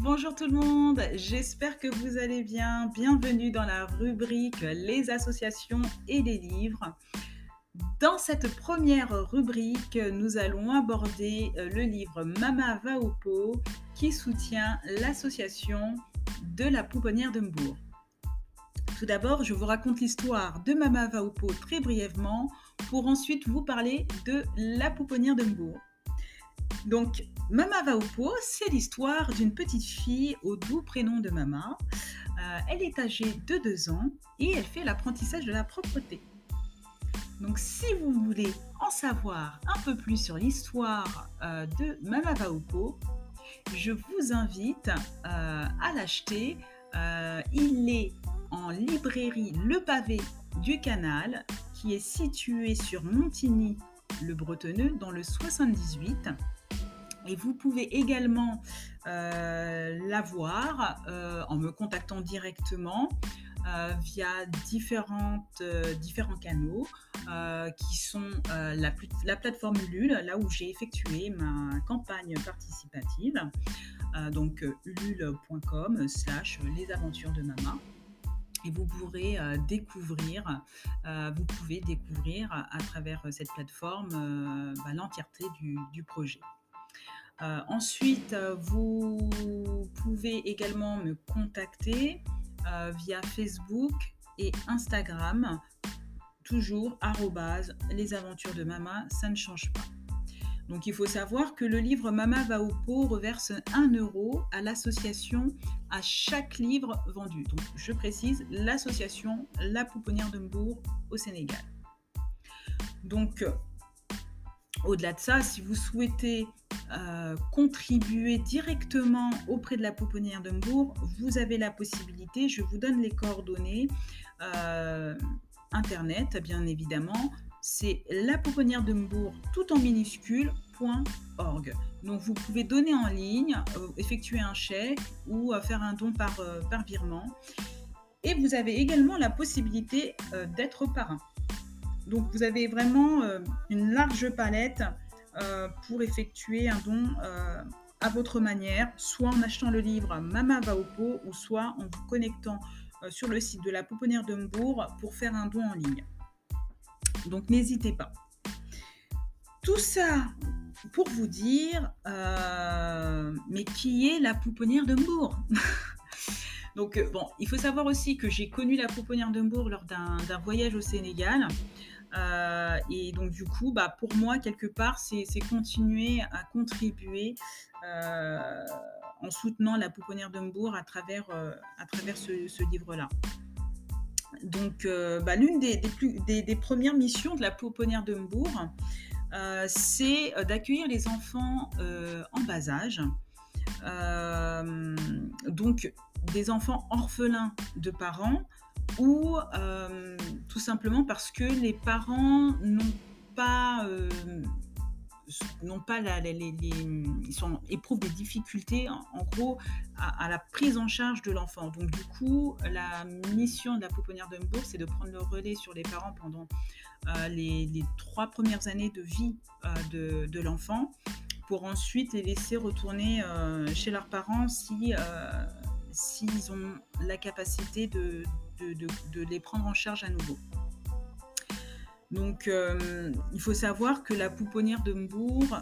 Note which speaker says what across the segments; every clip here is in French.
Speaker 1: Bonjour tout le monde, j'espère que vous allez bien. Bienvenue dans la rubrique Les associations et les livres. Dans cette première rubrique, nous allons aborder le livre Mama va au pot qui soutient l'association de la Pouponnière de Mbourg. Tout d'abord, je vous raconte l'histoire de Mama va au pot très brièvement pour ensuite vous parler de la Pouponnière de Mbourg. Donc, Mama va au pot, c'est l'histoire d'une petite fille au doux prénom de Mama. Elle est âgée de 2 ans et elle fait l'apprentissage de la propreté. Donc, si vous voulez en savoir un peu plus sur l'histoire de Mama va au pot, je vous invite à l'acheter. Il est en librairie Le Pavé du Canal, qui est situé sur Montigny-le-Bretonneux dans le 78. Et vous pouvez également l'avoir en me contactant directement via différents canaux qui sont la plateforme Ulule, là où j'ai effectué ma campagne participative, donc ulule.com/les aventures de Mama. Et vous pourrez découvrir à travers cette plateforme l'entièreté du projet. Ensuite, vous pouvez également me contacter via Facebook et Instagram, toujours les aventures de Mama, ça ne change pas. Donc il faut savoir que le livre Mama va au pot reverse 1 € à l'association à chaque livre vendu. Donc je précise, l'association La Pouponnière de Mbourg au Sénégal. Donc au-delà de ça, si vous souhaitez contribuer directement auprès de la Pouponnière de Mbourg, vous avez la possibilité, je vous donne les coordonnées internet bien évidemment, c'est lapouponnière-de-Mbourg tout en minuscule.org. Donc vous pouvez donner en ligne, effectuer un chèque ou faire un don par virement, et vous avez également la possibilité d'être parrain. Donc vous avez vraiment une large palette pour effectuer un don à votre manière, soit en achetant le livre Mama va au pot, ou soit en vous connectant sur le site de la Pouponnière de Mbourg pour faire un don en ligne. Donc n'hésitez pas. Tout ça pour vous dire, mais qui est la Pouponnière de Mbourg? Donc bon, il faut savoir aussi que j'ai connu la Pouponnière de Mbourg lors d'un voyage au Sénégal. Et donc du coup, pour moi, quelque part, c'est continuer à contribuer en soutenant la Pouponnière de Mbourg à travers ce livre-là. Donc l'une des premières missions de la Pouponnière de Mbourg, c'est d'accueillir les enfants en bas âge, donc des enfants orphelins de parents, ou tout simplement parce que les parents éprouvent des difficultés en gros à la prise en charge de l'enfant. Donc du coup, la mission de la Pouponnière de Mbourg, c'est de prendre le relais sur les parents pendant les 3 premières années de vie de l'enfant, pour ensuite les laisser retourner chez leurs parents s'ils ont la capacité de les prendre en charge à nouveau. Donc il faut savoir que la Pouponnière de Mbourg,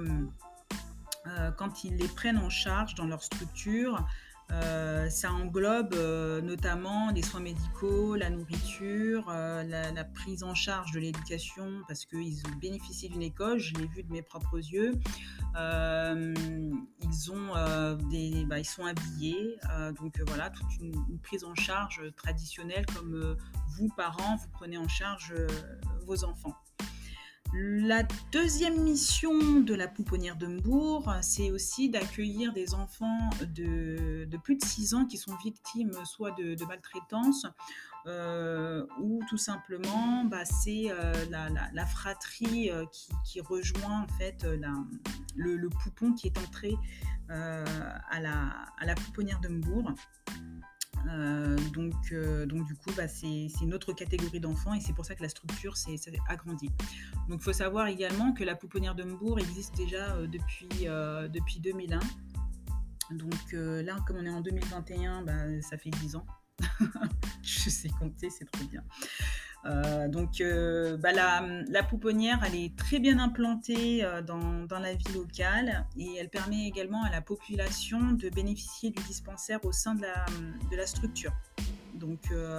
Speaker 1: quand ils les prennent en charge dans leur structure, ça englobe notamment les soins médicaux, la nourriture, la prise en charge de l'éducation, parce qu'ils bénéficient d'une école, je l'ai vu de mes propres yeux. Ils sont habillés, donc voilà, toute une prise en charge traditionnelle, comme vous, parents, vous prenez en charge vos enfants. La deuxième mission de la Pouponnière de Mbourg, c'est aussi d'accueillir des enfants de plus de 6 ans qui sont victimes soit de maltraitance, ou tout simplement c'est la fratrie qui rejoint en fait le poupon qui est entré à la Pouponnière de Mbourg. Donc du coup, c'est une autre catégorie d'enfants, et c'est pour ça que la structure s'est agrandie. Donc il faut savoir également que la Pouponnière de Mbourg existe déjà depuis 2001. Donc là, comme on est en 2021, bah, ça fait 10 ans. Je sais compter, c'est trop bien. Bah, la pouponnière, elle est très bien implantée dans la vie locale et elle permet également à la population de bénéficier du dispensaire au sein de la structure. Donc,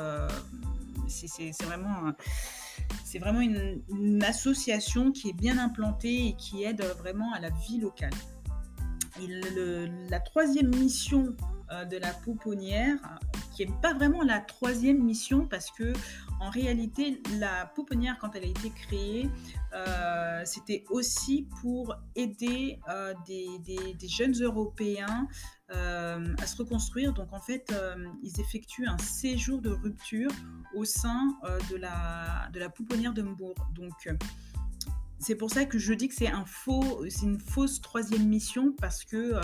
Speaker 1: c'est vraiment une association qui est bien implantée et qui aide vraiment à la vie locale. Et la troisième mission de la pouponnière, qui n'est pas vraiment la troisième mission, parce que en réalité, la pouponnière, quand elle a été créée, c'était aussi pour aider des jeunes Européens à se reconstruire. Donc en fait, ils effectuent un séjour de rupture au sein de la pouponnière de Mbourg. Donc c'est pour ça que je dis que c'est une fausse troisième mission, parce que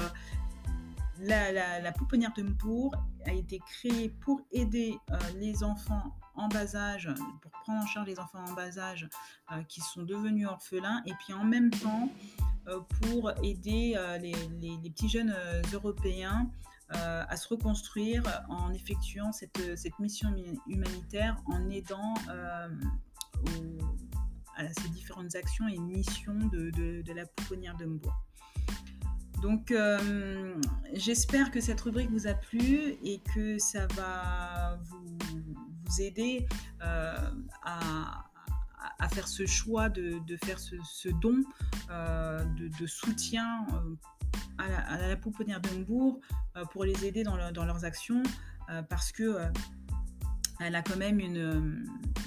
Speaker 1: la pouponnière de Mbourg a été créée pour aider les enfants en bas âge, pour prendre en charge les enfants en bas âge qui sont devenus orphelins, et puis en même temps pour aider les petits jeunes européens à se reconstruire en effectuant cette mission humanitaire, en aidant à ces différentes actions et missions de la pouponnière de Mbourg. Donc, j'espère que cette rubrique vous a plu et que ça va vous aider à faire ce choix de faire ce don de soutien à la pouponnière de Mbourg pour les aider dans leurs actions, parce que elle a quand même une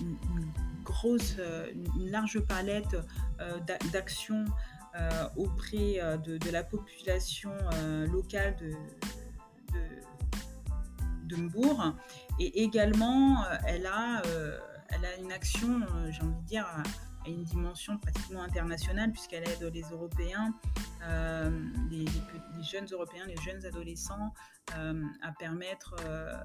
Speaker 1: large palette d'actions auprès de la population locale de Mbourg. Et également, elle a une action, j'ai envie de dire, à une dimension pratiquement internationale, puisqu'elle aide les Européens, les jeunes Européens, les jeunes adolescents, à permettre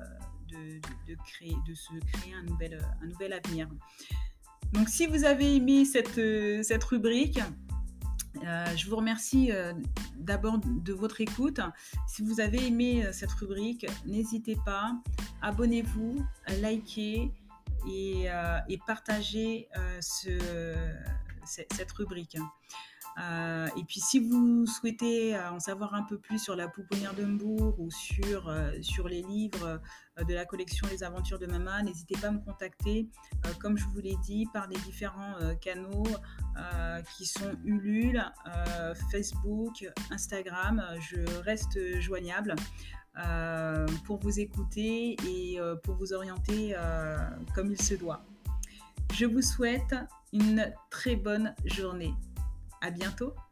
Speaker 1: de se créer un nouvel avenir. Donc, si vous avez aimé cette rubrique, je vous remercie d'abord de votre écoute. Si vous avez aimé cette rubrique, n'hésitez pas, abonnez-vous, likez et partagez cette rubrique. Et puis si vous souhaitez en savoir un peu plus sur la pouponnière de Mbourg ou sur les livres de la collection Les Aventures de Mama, n'hésitez pas à me contacter, comme je vous l'ai dit, par les différents canaux qui sont Ulule, Facebook, Instagram. Je reste joignable pour vous écouter et pour vous orienter comme il se doit. Je vous souhaite une très bonne journée. À bientôt.